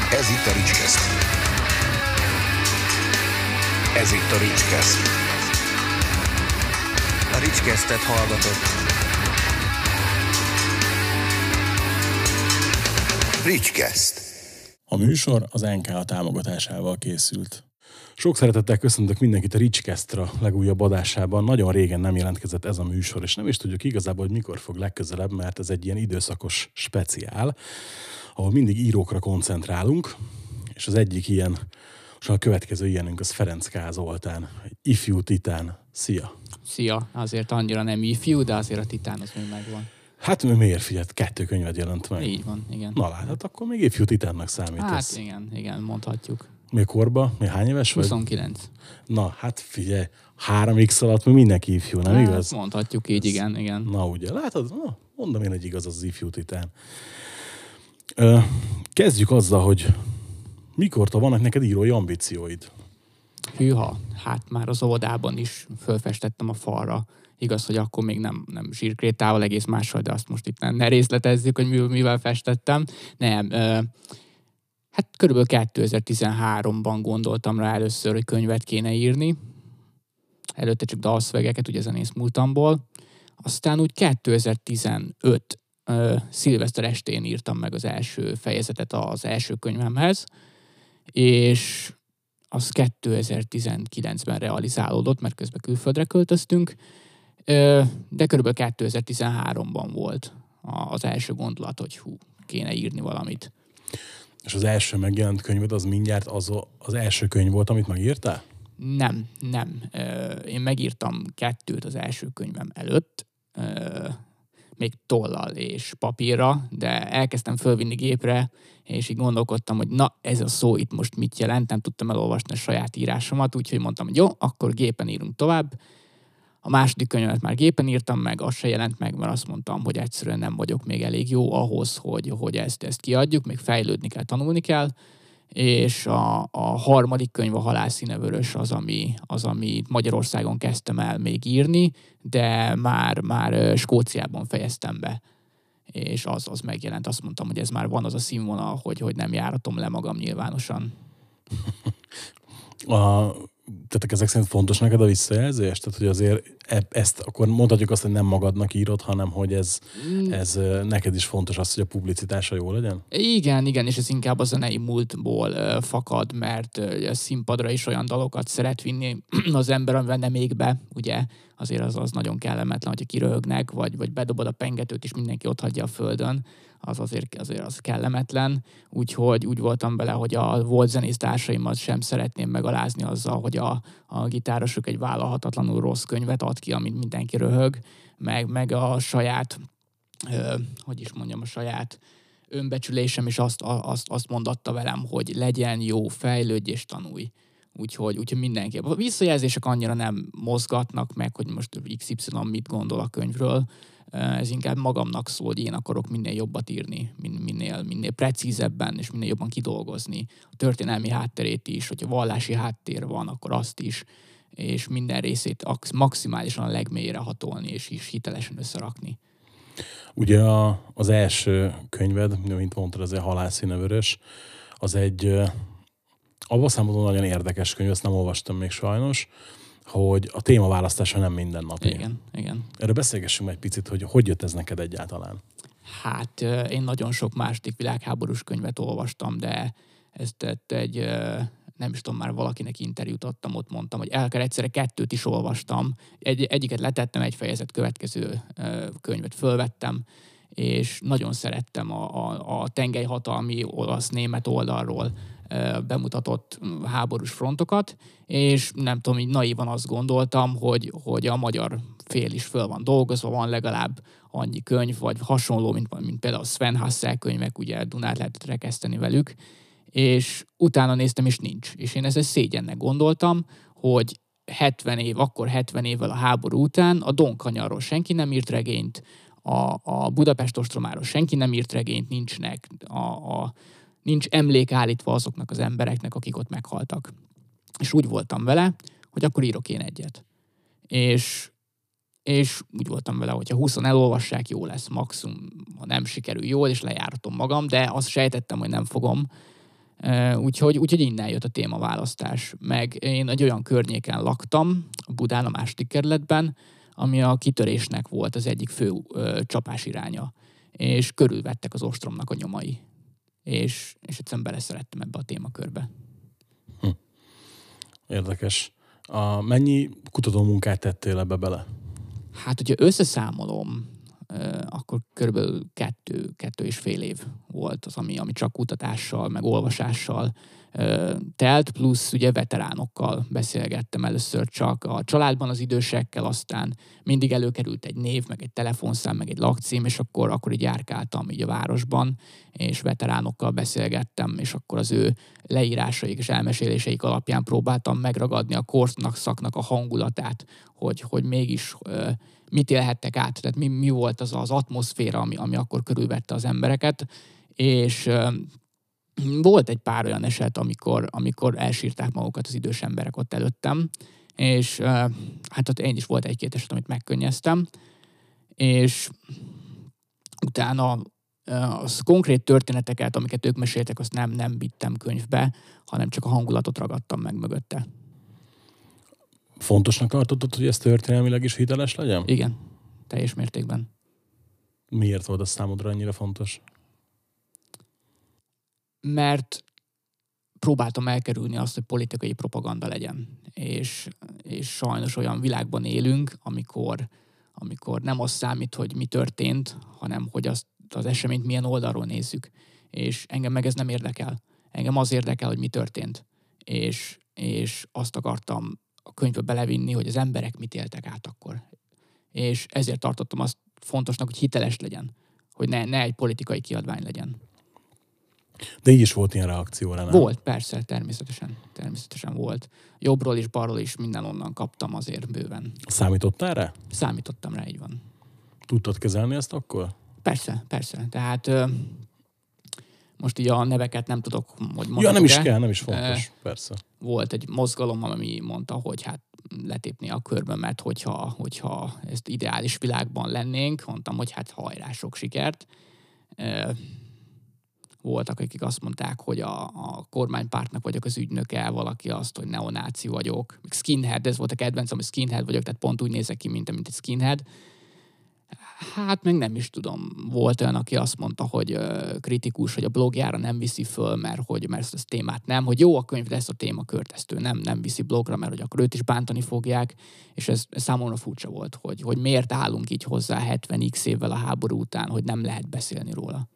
Ez itt a Ricskeszt. Ez itt a Ricskeszt. A Ricskesztet hallgatott. Ricskeszt. A műsor az NKA támogatásával készült. Sok szeretettel köszöntök mindenkit a Ricskesztra legújabb adásában. Nagyon régen nem jelentkezett ez a műsor, és nem is tudjuk igazából, hogy mikor fog legközelebb, mert ez egy ilyen időszakos speciál, ahol mindig írókra koncentrálunk, és az egyik ilyen, most a következő ilyenünk az Ferenc K. Zoltán, egy ifjú titán. Szia! Szia! Azért annyira nem ifjú, de azért a titán az még megvan. Hát miért figyelj, 2 könyved jelent meg. Így van, igen. Na hát akkor még ifjú titánnak számítasz. Hát igen, mondhatjuk. Mi korba? Mi hány éves vagy? 29. Na, hát figyelj, 3x alatt még mindenki ifjú, nem hát, igaz? Mondhatjuk így, igen. Na ugye, látod? Na, mondom én, hogy igaz az ifjú titán. Kezdjük azzal, hogy mikortól vannak neked írói ambícióid? Hűha, hát már az óvodában is fölfestettem a falra. Igaz, hogy akkor még nem zsírkrétával, egész máshol, de azt most itt ne részletezzük, hogy mivel festettem. Nem, hát körülbelül 2013-ban gondoltam rá először, hogy könyvet kéne írni. Előtte csak dalszövegeket, ugye zenész múltamból. Aztán úgy 2015 szilveszter estén írtam meg az első fejezetet az első könyvemhez, és az 2019-ben realizálódott, mert közben külföldre költöztünk, de körülbelül 2013-ban volt az első gondolat, hogy kéne írni valamit. És az első megjelent könyved az mindjárt az első könyv volt, amit megírtál? Nem. Én megírtam 2 az első könyvem előtt, még tollal és papírra, de elkezdtem fölvinni gépre, és így gondolkodtam, hogy na, ez a szó itt most mit jelent, nem tudtam elolvasni a saját írásomat, úgyhogy mondtam, hogy jó, akkor gépen írunk tovább. A második könyvet már gépen írtam meg, az se jelent meg, mert azt mondtam, hogy egyszerűen nem vagyok még elég jó ahhoz, hogy ezt kiadjuk, még fejlődni kell, tanulni kell, és a harmadik könyv, a Halál színe vörös az, ami Magyarországon kezdtem el még írni, de már Skóciában fejeztem be, és az megjelent. Azt mondtam, hogy ez már van az a színvonal, hogy nem járatom le magam nyilvánosan. Tehát ezek szerint fontos neked a visszajelzés? Tehát, hogy azért ezt akkor mondhatjuk azt, hogy nem magadnak írod, hanem hogy ez neked is fontos az, hogy a publicitása jó legyen? Igen, és ez inkább a zenei múltból fakad, mert a színpadra is olyan dalokat szeret vinni az ember, amivel nem ég be, ugye? Azért az nagyon kellemetlen, hogyha kiröhögnek, vagy bedobod a pengetőt, és mindenki ott hagyja a földön. Azért az kellemetlen. Úgyhogy úgy voltam vele, hogy a volt zenésztársaimat sem szeretném megalázni azzal, hogy a gitárosuk egy vállalhatatlanul rossz könyvet ad ki, amit mindenki röhög, meg a saját, a saját önbecsülésem is azt mondatta velem, hogy legyen jó, fejlődj és tanulj. Úgyhogy mindenki. A visszajelzések annyira nem mozgatnak meg, hogy most XY mit gondol a könyvről. Ez inkább magamnak szól, hogy én akarok minél jobbat írni, minél precízebben és minél jobban kidolgozni. A történelmi hátterét is, hogyha vallási háttér van, akkor azt is, és minden részét maximálisan a legmélyére hatolni, és is hitelesen összerakni. Ugye az első könyved, mint mondtad, az a Halál színe vörös, az egy abban számomra nagyon érdekes könyv, ezt nem olvastam még sajnos, hogy a témaválasztása nem mindennapi. Igen. Erről beszélgessünk egy picit, hogy jött ez neked egyáltalán? Hát én nagyon sok második világháborús könyvet olvastam, de ezt nem is tudom, már valakinek interjút adtam, ott mondtam, hogy egyszerre 2 is olvastam. Egyiket letettem, egy fejezet következő könyvet fölvettem, és nagyon szerettem a tengelyhatalmi olasz-német oldalról bemutatott háborús frontokat, és nem tudom, így naívan azt gondoltam, hogy a magyar fél is föl van dolgozva, van legalább annyi könyv, vagy hasonló, mint például a Sven Hassel könyvek, ugye Dunát lehetett rekeszteni velük, és utána néztem, és nincs. És én ezt szégyennek gondoltam, hogy 70 évvel a háború után a Donkanyarról senki nem írt regényt, a Budapest ostromáról senki nem írt regényt, nincs emlék állítva azoknak az embereknek, akik ott meghaltak. És úgy voltam vele, hogy akkor írok én egyet. És úgy voltam vele, hogyha 20 elolvassák, jó lesz, maximum, ha nem sikerül jól, és lejáratom magam, de azt sejtettem, hogy nem fogom, Úgyhogy innen jött a témaválasztás. Meg én egy olyan környéken laktam, Budán, a második kerületben, ami a kitörésnek volt az egyik fő csapás iránya. És körülvettek az ostromnak a nyomai. És egyszerűen beleszerettem ebbe a témakörbe. Érdekes. Mennyi kutatómunkát tettél ebbe bele? Hát, hogyha összeszámolom, akkor körülbelül 2,5 év volt az, ami csak kutatással, meg olvasással telt, plusz ugye veteránokkal beszélgettem először csak a családban az idősekkel, aztán mindig előkerült egy név, meg egy telefonszám, meg egy lakcím, és akkor így járkáltam így a városban, és veteránokkal beszélgettem, és akkor az ő leírásaik és elmeséléseik alapján próbáltam megragadni a korszaknak a hangulatát, hogy mégis mit élhettek át, tehát mi volt az atmoszféra, ami akkor körülvette az embereket, és volt egy pár olyan eset, amikor elsírták magukat az idős emberek ott előttem, és hát ott én is volt egy-két eset, amit megkönnyeztem, és utána az konkrét történeteket, amiket ők meséltek, azt nem vittem könyvbe, hanem csak a hangulatot ragadtam meg mögötte. Fontosnak tartottad, hogy ez történelmileg is hiteles legyen? Igen, teljes mértékben. Miért volt ez számodra ennyire fontos? Mert próbáltam elkerülni azt, hogy politikai propaganda legyen. És sajnos olyan világban élünk, amikor nem az számít, hogy mi történt, hanem hogy az eseményt milyen oldalról nézzük. És engem meg ez nem érdekel. Engem az érdekel, hogy mi történt. És azt akartam a könyvbe belevinni, hogy az emberek mit éltek át akkor. És ezért tartottam azt fontosnak, hogy hiteles legyen. Hogy ne egy politikai kiadvány legyen. De így is volt ilyen reakció rá, nem? Volt, persze, természetesen volt. Jobbról is, balról is, mindenonnan kaptam azért bőven. Számítottál rá? Számítottam rá, így van. Tudtad kezelni ezt akkor? Persze. Tehát most így a neveket nem tudok, hogy mondhatok. Ja, nem is kell, nem is fontos, persze. Volt egy mozgalom, ami mondta, hogy hát letépni a körben, mert hogyha ezt ideális világban lennénk, mondtam, hogy hát hajrá, sok sikert. Voltak, akik azt mondták, hogy a kormánypártnak vagyok az ügynöke, valaki azt, hogy neonáci vagyok. Skinhead, ez volt a kedvencem, hogy skinhead vagyok, tehát pont úgy nézek ki, mint egy skinhead. Hát meg nem is tudom. Volt olyan, aki azt mondta, hogy kritikus, hogy a blogjára nem viszi föl, mert ezt a témát nem, hogy jó a könyv, de ezt a témakört ezt ő nem viszi blogra, mert hogy akkor őt is bántani fogják, és ez számomra furcsa volt, hogy miért állunk így hozzá 70x évvel a háború után, hogy nem lehet beszélni róla.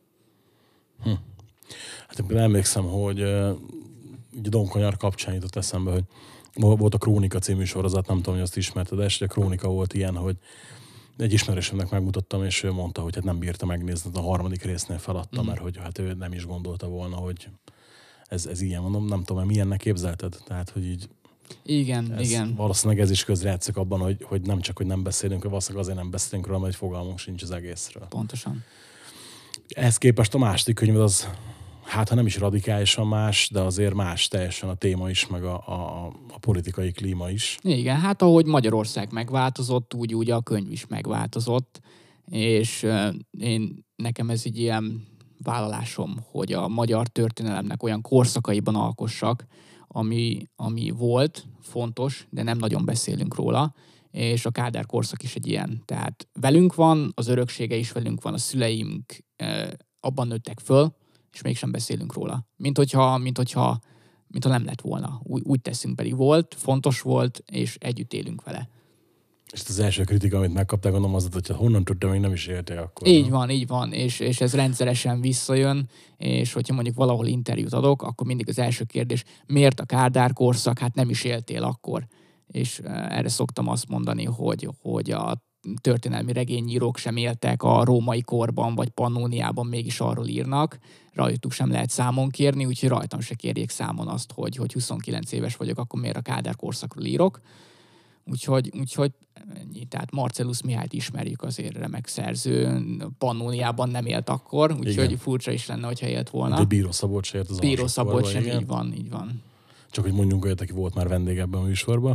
Hát én emlékszem, hogy ugye Donkanyar kapcsán jutott eszembe, hogy volt a Krónika című sorozat, nem tudom, hogy azt ismerted, de a Krónika volt ilyen, hogy egy ismerősömnek megmutattam, és ő mondta, hogy hát nem bírta megnézni, a harmadik résznél feladta, mert hogy hát ő nem is gondolta volna, hogy ez ilyen, mondom, nem tudom, milyennek képzelted? Tehát, hogy így Igen. Valószínűleg ez is közrejátszik abban, hogy nem csak, hogy nem beszélünk, valószínűleg azért nem beszélünk róla, mert egy fogalmunk sincs az egészről. Pontosan. Ehhez képest a második könyv az, hát ha nem is radikálisan más, de azért más teljesen a téma is, meg a politikai klíma is. Igen, hát ahogy Magyarország megváltozott, úgy a könyv is megváltozott, és nekem ez egy ilyen vállalásom, hogy a magyar történelemnek olyan korszakaiban alkossak, ami volt, fontos, de nem nagyon beszélünk róla, és a Kádár korszak is egy ilyen. Tehát velünk van, az öröksége is velünk van, a szüleink abban nőttek föl, és mégsem beszélünk róla. Mint hogyha nem lett volna. Úgy teszünk, pedig volt, fontos volt, és együtt élünk vele. És az első kritika, amit megkapták, gondolom az, hogy honnan tudtam, még nem is érték akkor. Így van, és ez rendszeresen visszajön, és hogyha mondjuk valahol interjút adok, akkor mindig az első kérdés, miért a Kádár korszak, hát nem is éltél akkor. És erre szoktam azt mondani, hogy a történelmi regényírók sem éltek a római korban, vagy Pannóniában, mégis arról írnak, rajtuk sem lehet számon kérni, úgyhogy rajtam se kérjék számon azt, hogy 29 éves vagyok, akkor miért a Kádár korszakról írok. Úgyhogy ennyi. Tehát Marcellus Mihályt ismerjük, azért remek szerző, Pannóniában nem élt akkor, úgyhogy furcsa is lenne, hogyha élt volna. De Bíró Szabolcs ért az Bíró Szabolcs sem, igen. így van. Csak hogy mondjunk olyat, aki volt már vendég ebben a műsorban.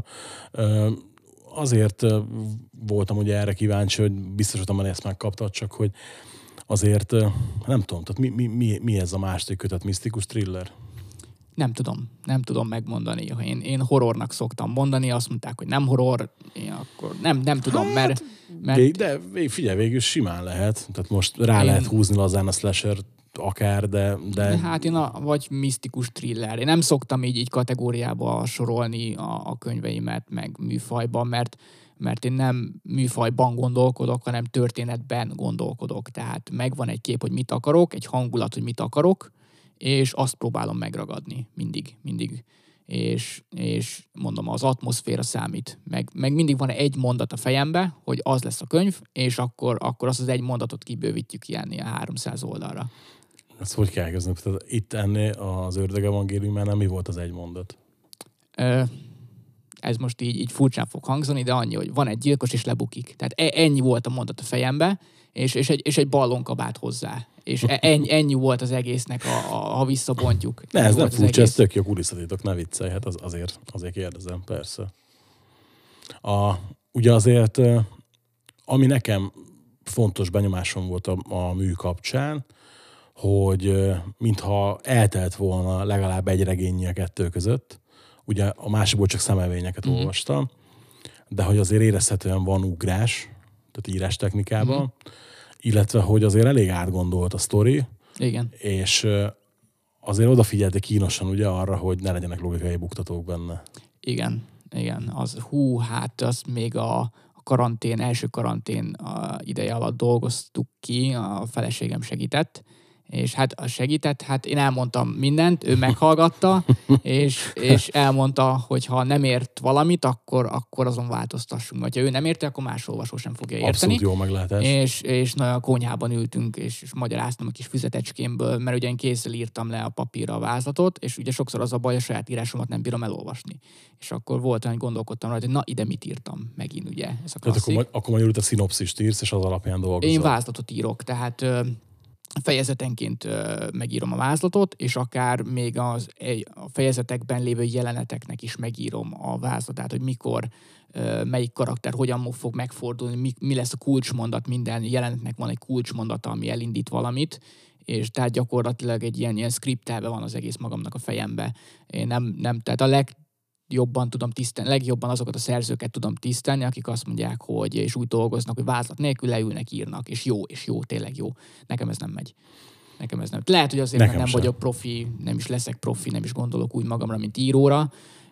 Azért voltam ugye erre kíváncsi, hogy biztos, hogy ezt megkaptad, csak hogy azért nem tudom, tehát mi ez a második kötet, misztikus thriller? Nem tudom megmondani. Ha én horrornak szoktam mondani, azt mondták, hogy nem horror, én akkor nem tudom, mert... De figyelj, végül simán lehet. Tehát most rá lehet húzni lazán a slasher akár, de... Hát én vagy misztikus thriller. Én nem szoktam így kategóriába sorolni a könyveimet, meg műfajban, mert én nem műfajban gondolkodok, hanem történetben gondolkodok. Tehát megvan egy kép, hogy mit akarok, egy hangulat, hogy mit akarok, és azt próbálom megragadni mindig. És mondom, az atmoszféra számít. Meg mindig van egy mondat a fejembe, hogy az lesz a könyv, és akkor azt az egy mondatot kibővítjük ilyen 300 oldalra. Ezt hogy kell elkezdeni? Itt ennél az Ördög Evangéliumánál mi volt az egy mondat? Ez most így furcsán fog hangzani, de annyi, hogy van egy gyilkos, és lebukik. Tehát ennyi volt a mondat a fejembe, és egy ballonkabát hozzá. És ennyi volt az egésznek, ha visszabontjuk. Ne, ez nem furcsa, ez tök jó kulisszatitok, ne viccelj, hát azért kérdezem, persze. Ugye azért, ami nekem fontos benyomásom volt a mű kapcsán, hogy mintha eltelt volna legalább egy regénnyel 2 között, ugye a másikból csak szemelvényeket olvastam, de hogy azért érezhetően van ugrás, tehát írás technikában, illetve hogy azért elég átgondolt a sztori. Igen. És azért odafigyeltek kínosan ugye arra, hogy ne legyenek logikai buktatók benne. Igen. Az még a első karantén ideje alatt dolgoztuk ki, a feleségem segített, és hát segített, hát én elmondtam mindent, ő meghallgatta, és elmondta, hogy ha nem ért valamit, akkor azon változtassunk. Vagy ha ő nem érte, akkor más olvasó sem fogja érteni. Abszolút jó meglátás. És a konyhában ültünk, és magyaráztam a kis füzetecskémből, mert ugye én kézzel írtam le a papírra a vázlatot, és ugye sokszor az a baj, a saját írásomat nem bírom elolvasni. És akkor volt olyan, hogy gondolkodtam rá, hogy na, ide mit írtam megint, ugye? Ez a klasszik. Tehát akkor magyarul a szinopszist írsz, és az alapján dolgozol. Én vázlatot írok, tehát fejezetenként megírom a vázlatot, és akár még a fejezetekben lévő jeleneteknek is megírom a vázlatát, hogy mikor, melyik karakter hogyan fog megfordulni, mi lesz a kulcsmondat, minden jelenetnek van egy kulcsmondata, ami elindít valamit, és tehát gyakorlatilag egy ilyen skriptelve van az egész magamnak a fejembe. Én nem tehát legjobban azokat a szerzőket tudom tisztelni, akik azt mondják, hogy és úgy dolgoznak, hogy vázlat nélkül leülnek, írnak, és jó, tényleg jó. Nekem ez nem megy. Lehet, hogy azért, mert nem vagyok profi, nem is leszek profi, nem is gondolok úgy magamra, mint íróra,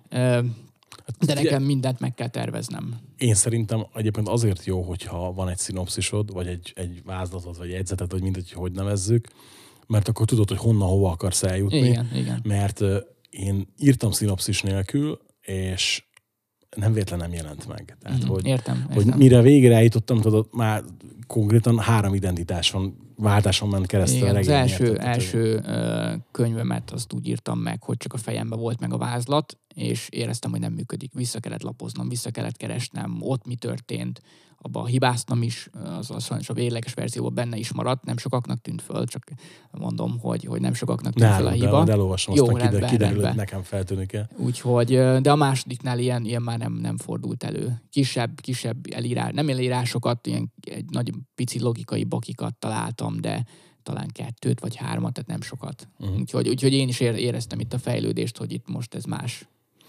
de nekem mindent meg kell terveznem. Én szerintem egyébként azért jó, hogyha van egy szinopszisod, vagy egy vázlatod, vagy egy jegyzeted, vagy mindegy, hogy nevezzük, mert akkor tudod, hogy hova akarsz eljutni. Igen. Mert én írtam szinopszis nélkül, és nem véletlen jelent meg. Tehát, értem. Hogy mire végre eljutottam, tudod, már konkrétan 3 váltáson ment keresztül. Igen, az első könyvemet azt úgy írtam meg, hogy csak a fejemben volt meg a vázlat, és éreztem, hogy nem működik. Vissza kellett lapoznom, vissza kellett keresnem, ott mi történt, abban hibáztam is, az sajnos a végleges verzióban benne is maradt, nem sokaknak tűnt föl, csak mondom, hogy nem sokaknak tűnt föl a hiba. De elolvasom, aztán kiderül, hogy nekem feltűnik-e. Úgyhogy, de a másodiknál ilyen már nem fordult elő. Kisebb elírásokat, ilyen egy nagy pici logikai bakikat találtam, de talán 2 vagy 3, tehát nem sokat. Úgyhogy én is éreztem itt a fejlődést, hogy itt most ez más.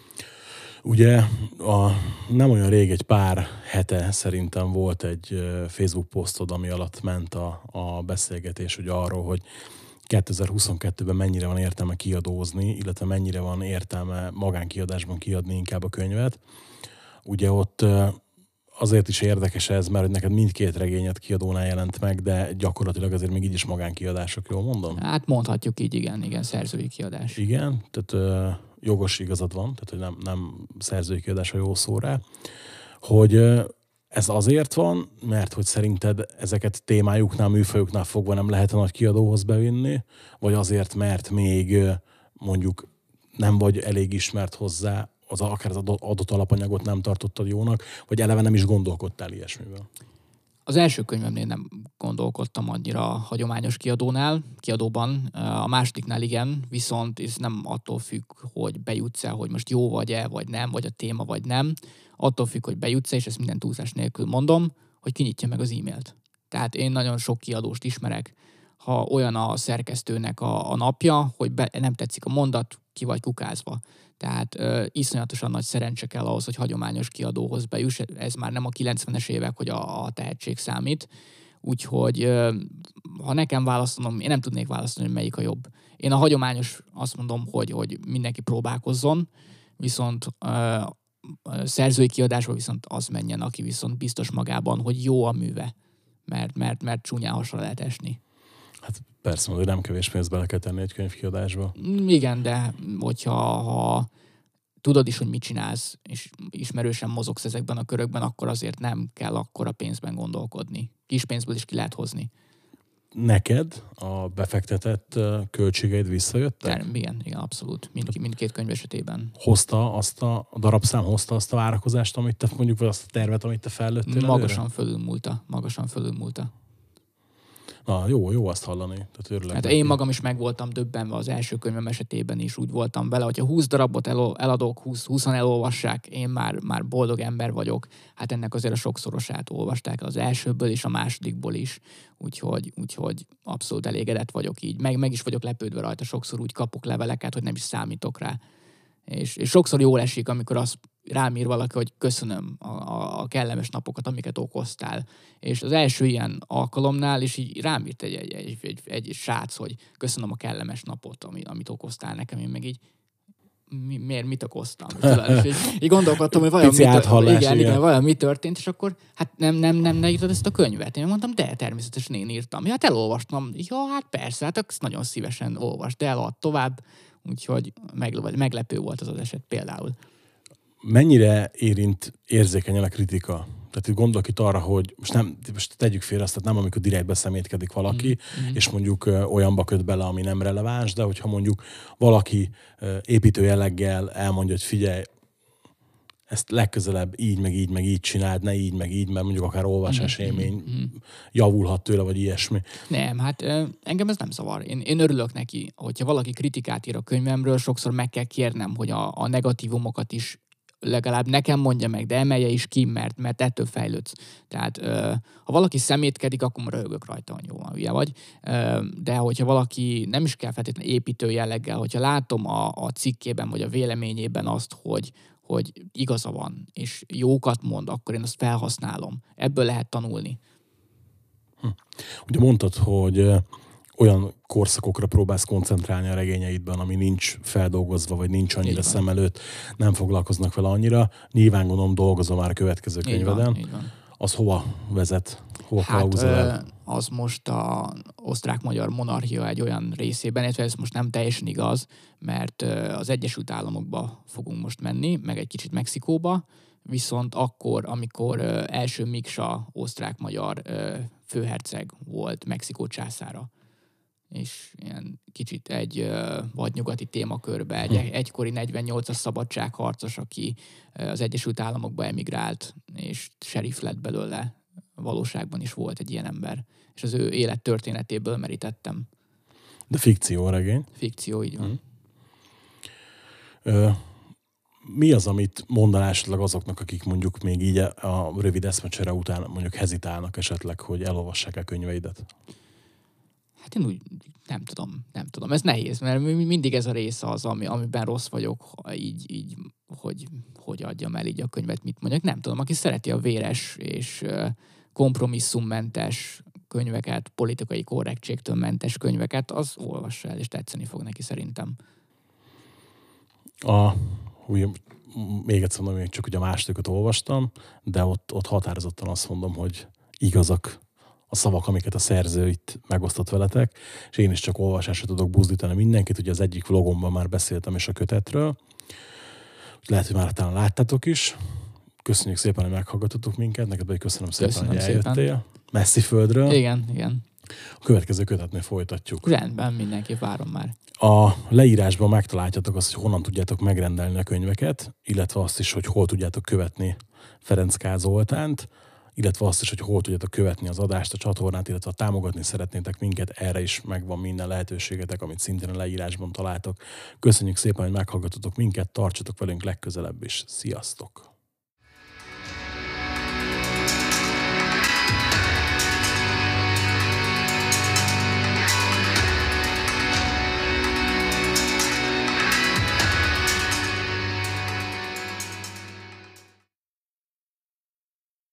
Ugye nem olyan rég, egy pár hete szerintem volt egy Facebook posztod, ami alatt ment a beszélgetés ugye arról, hogy 2022-ben mennyire van értelme kiadózni, illetve mennyire van értelme magánkiadásban kiadni inkább a könyvet. Ugye ott azért is érdekes ez, mert neked mindkét regényed kiadónál jelent meg, de gyakorlatilag azért még így is magánkiadások, jól mondom? Hát mondhatjuk így, igen, szerzői kiadás. Igen, tehát jogos igazad van, tehát hogy nem szerzői kiadás a jó szó rá, hogy ez azért van, mert hogy szerinted ezeket témájuknál, műfajuknál fogva nem lehet a nagy kiadóhoz bevinni, vagy azért, mert még mondjuk nem vagy elég ismert hozzá, akár az adott alapanyagot nem tartottad jónak, vagy eleve nem is gondolkodtál ilyesmivel? Az első könyvemnél nem gondolkodtam annyira hagyományos kiadóban. A másodiknál igen, viszont ez nem attól függ, hogy bejutsz-e, hogy most jó vagy-e, vagy nem, vagy a téma, vagy nem. Attól függ, hogy bejutsz-e, és ezt minden túlzás nélkül mondom, hogy kinyitja meg az e-mailt. Tehát én nagyon sok kiadóst ismerek, ha olyan a szerkesztőnek a napja, hogy nem tetszik a mondat, ki vagy kukázva. Tehát iszonyatosan nagy szerencse kell ahhoz, hogy hagyományos kiadóhoz bejuss. Ez már nem a 90-es évek, hogy a tehetség számít. Úgyhogy ha nekem választanom, én nem tudnék választani, hogy melyik a jobb. Én a hagyományos azt mondom, hogy mindenki próbálkozzon, viszont szerzői kiadásba viszont az menjen, aki viszont biztos magában, hogy jó a műve, mert csúnyán hasra lehet esni. Hát persze, hogy nem kevés pénzt bele kell tenni egy könyvkiadásba. Igen, de hogyha tudod is, hogy mit csinálsz, és ismerősen mozogsz ezekben a körökben, akkor azért nem kell akkora pénzben gondolkodni. Kis pénzből is ki lehet hozni. Neked a befektetett költségeid visszajöttek? Igen, abszolút. Mindkét könyv esetében. Hozta azt a darabszám, hozta azt a várakozást, amit te mondjuk, vagy azt a tervet, amit te fellőttél? Magasan fölülmúlta. Na, jó azt hallani. Tehát örülök. Hát én magam is meg voltam döbbenve az első könyvem esetében is, úgy voltam vele, hogyha 20 darabot eladok, 20-an elolvassák, én már boldog ember vagyok. Hát ennek azért a sokszorosát olvasták az elsőből és a másodikból is. Úgyhogy abszolút elégedett vagyok így. Meg is vagyok lepődve rajta, sokszor úgy kapok leveleket, hogy nem is számítok rá. És sokszor jól esik, amikor azt rám ír valaki, hogy köszönöm a kellemes napokat, amiket okoztál. És az első ilyen alkalomnál is így rám írt egy srác, hogy köszönöm a kellemes napot, amit okoztál nekem. Én meg így mit okoztam? És így gondolkodtam, hogy vajon mi történt, és akkor hát nem írtad ezt a könyvet. Én mondtam, de természetesen én írtam. Ja, hát elolvastam. Ja, hát persze, hát ezt nagyon szívesen olvasd, de elad tovább. Úgyhogy meglepő volt az eset például. Mennyire érzékenyen a kritika? Tehát itt gondolok itt arra, hogy most tegyük félre azt, tehát nem amikor direktbe szemétkedik valaki, és mondjuk olyanba köt bele, ami nem releváns, de hogyha mondjuk valaki építő jelleggel elmondja, hogy figyelj, ezt legközelebb így, meg így csináld, ne így, meg így, mert mondjuk akár olvasás élmény javulhat tőle, vagy ilyesmi. Nem, hát engem ez nem zavar. Én örülök neki, hogyha valaki kritikát ír a könyvemről, sokszor meg kell kérnem, hogy a negatívumokat is legalább nekem mondja meg, de emelje is ki, mert ettől fejlődsz. Tehát ha valaki szemétkedik, akkor röhögök rajta, hogy jó, hülye vagy. De hogyha valaki nem is kell feltétlenül építő jelleggel, hogyha látom a cikkében, vagy a véleményében azt, hogy igaza van, és jókat mond, akkor én azt felhasználom. Ebből lehet tanulni. Ugye mondtad, hogy olyan korszakokra próbálsz koncentrálni a regényeidben, ami nincs feldolgozva, vagy nincs annyira szem előtt, nem foglalkoznak vele annyira. Nyilván gondolom dolgozom már a következő könyveden. Így van. Az hova vezet? Hova kalauzol el? Az most a osztrák-magyar monarchia egy olyan részében, illetve ez most nem teljesen igaz, mert az Egyesült Államokba fogunk most menni, meg egy kicsit Mexikóba, viszont akkor, amikor első Miksa osztrák-magyar főherceg volt Mexikó császára, és ilyen kicsit egy vadnyugati témakörbe, egy egykori 48-as szabadságharcos, aki az Egyesült Államokba emigrált, és sheriff lett belőle. Valóságban is volt egy ilyen ember. És az ő élettörténetéből merítettem. De fikció regény? Fikció, így van. Mi az, amit mondanál esetleg azoknak, akik mondjuk még így a rövid eszmecsere után mondjuk hezitálnak esetleg, hogy elolvassák a könyveidet? Hát én úgy nem tudom. Ez nehéz, mert mindig ez a része az, amiben rossz vagyok, így hogy adjam el így a könyvet, mit mondjak. Nem tudom, aki szereti a véres és kompromisszummentes könyveket, politikai korrektségtől mentes könyveket, az olvassa el, és tetszeni fog neki szerintem. Még egyszer mondom, még csak ugye a másodikat olvastam, de ott határozottan azt mondom, hogy igazak a szavak, amiket a szerző itt megosztott veletek, és én is csak olvasásra tudok buzdítani mindenkit. Ugye az egyik vlogomban már beszéltem is a kötetről. Lehet, hogy már talán láttátok is. Köszönjük szépen, hogy meghallgatotok minket. Neked pedig köszönöm szépen, hogy eljöttél. Messzi földről. Igen. A következő kötetnél folytatjuk. Rendben, mindenképp várom már. A leírásban megtaláljátok azt, hogy honnan tudjátok megrendelni a könyveket, illetve azt is, hogy hol tudjátok követni Ferenc K. Zoltánt, illetve azt is, hogy hol tudjátok követni az adást, a csatornát, illetve ha támogatni szeretnétek minket, erre is megvan minden lehetőségetek, amit szintén a leírásban találtok. Köszönjük szépen, hogy meghallgatotok minket, tartsatok velünk legközelebb is. Sziasztok!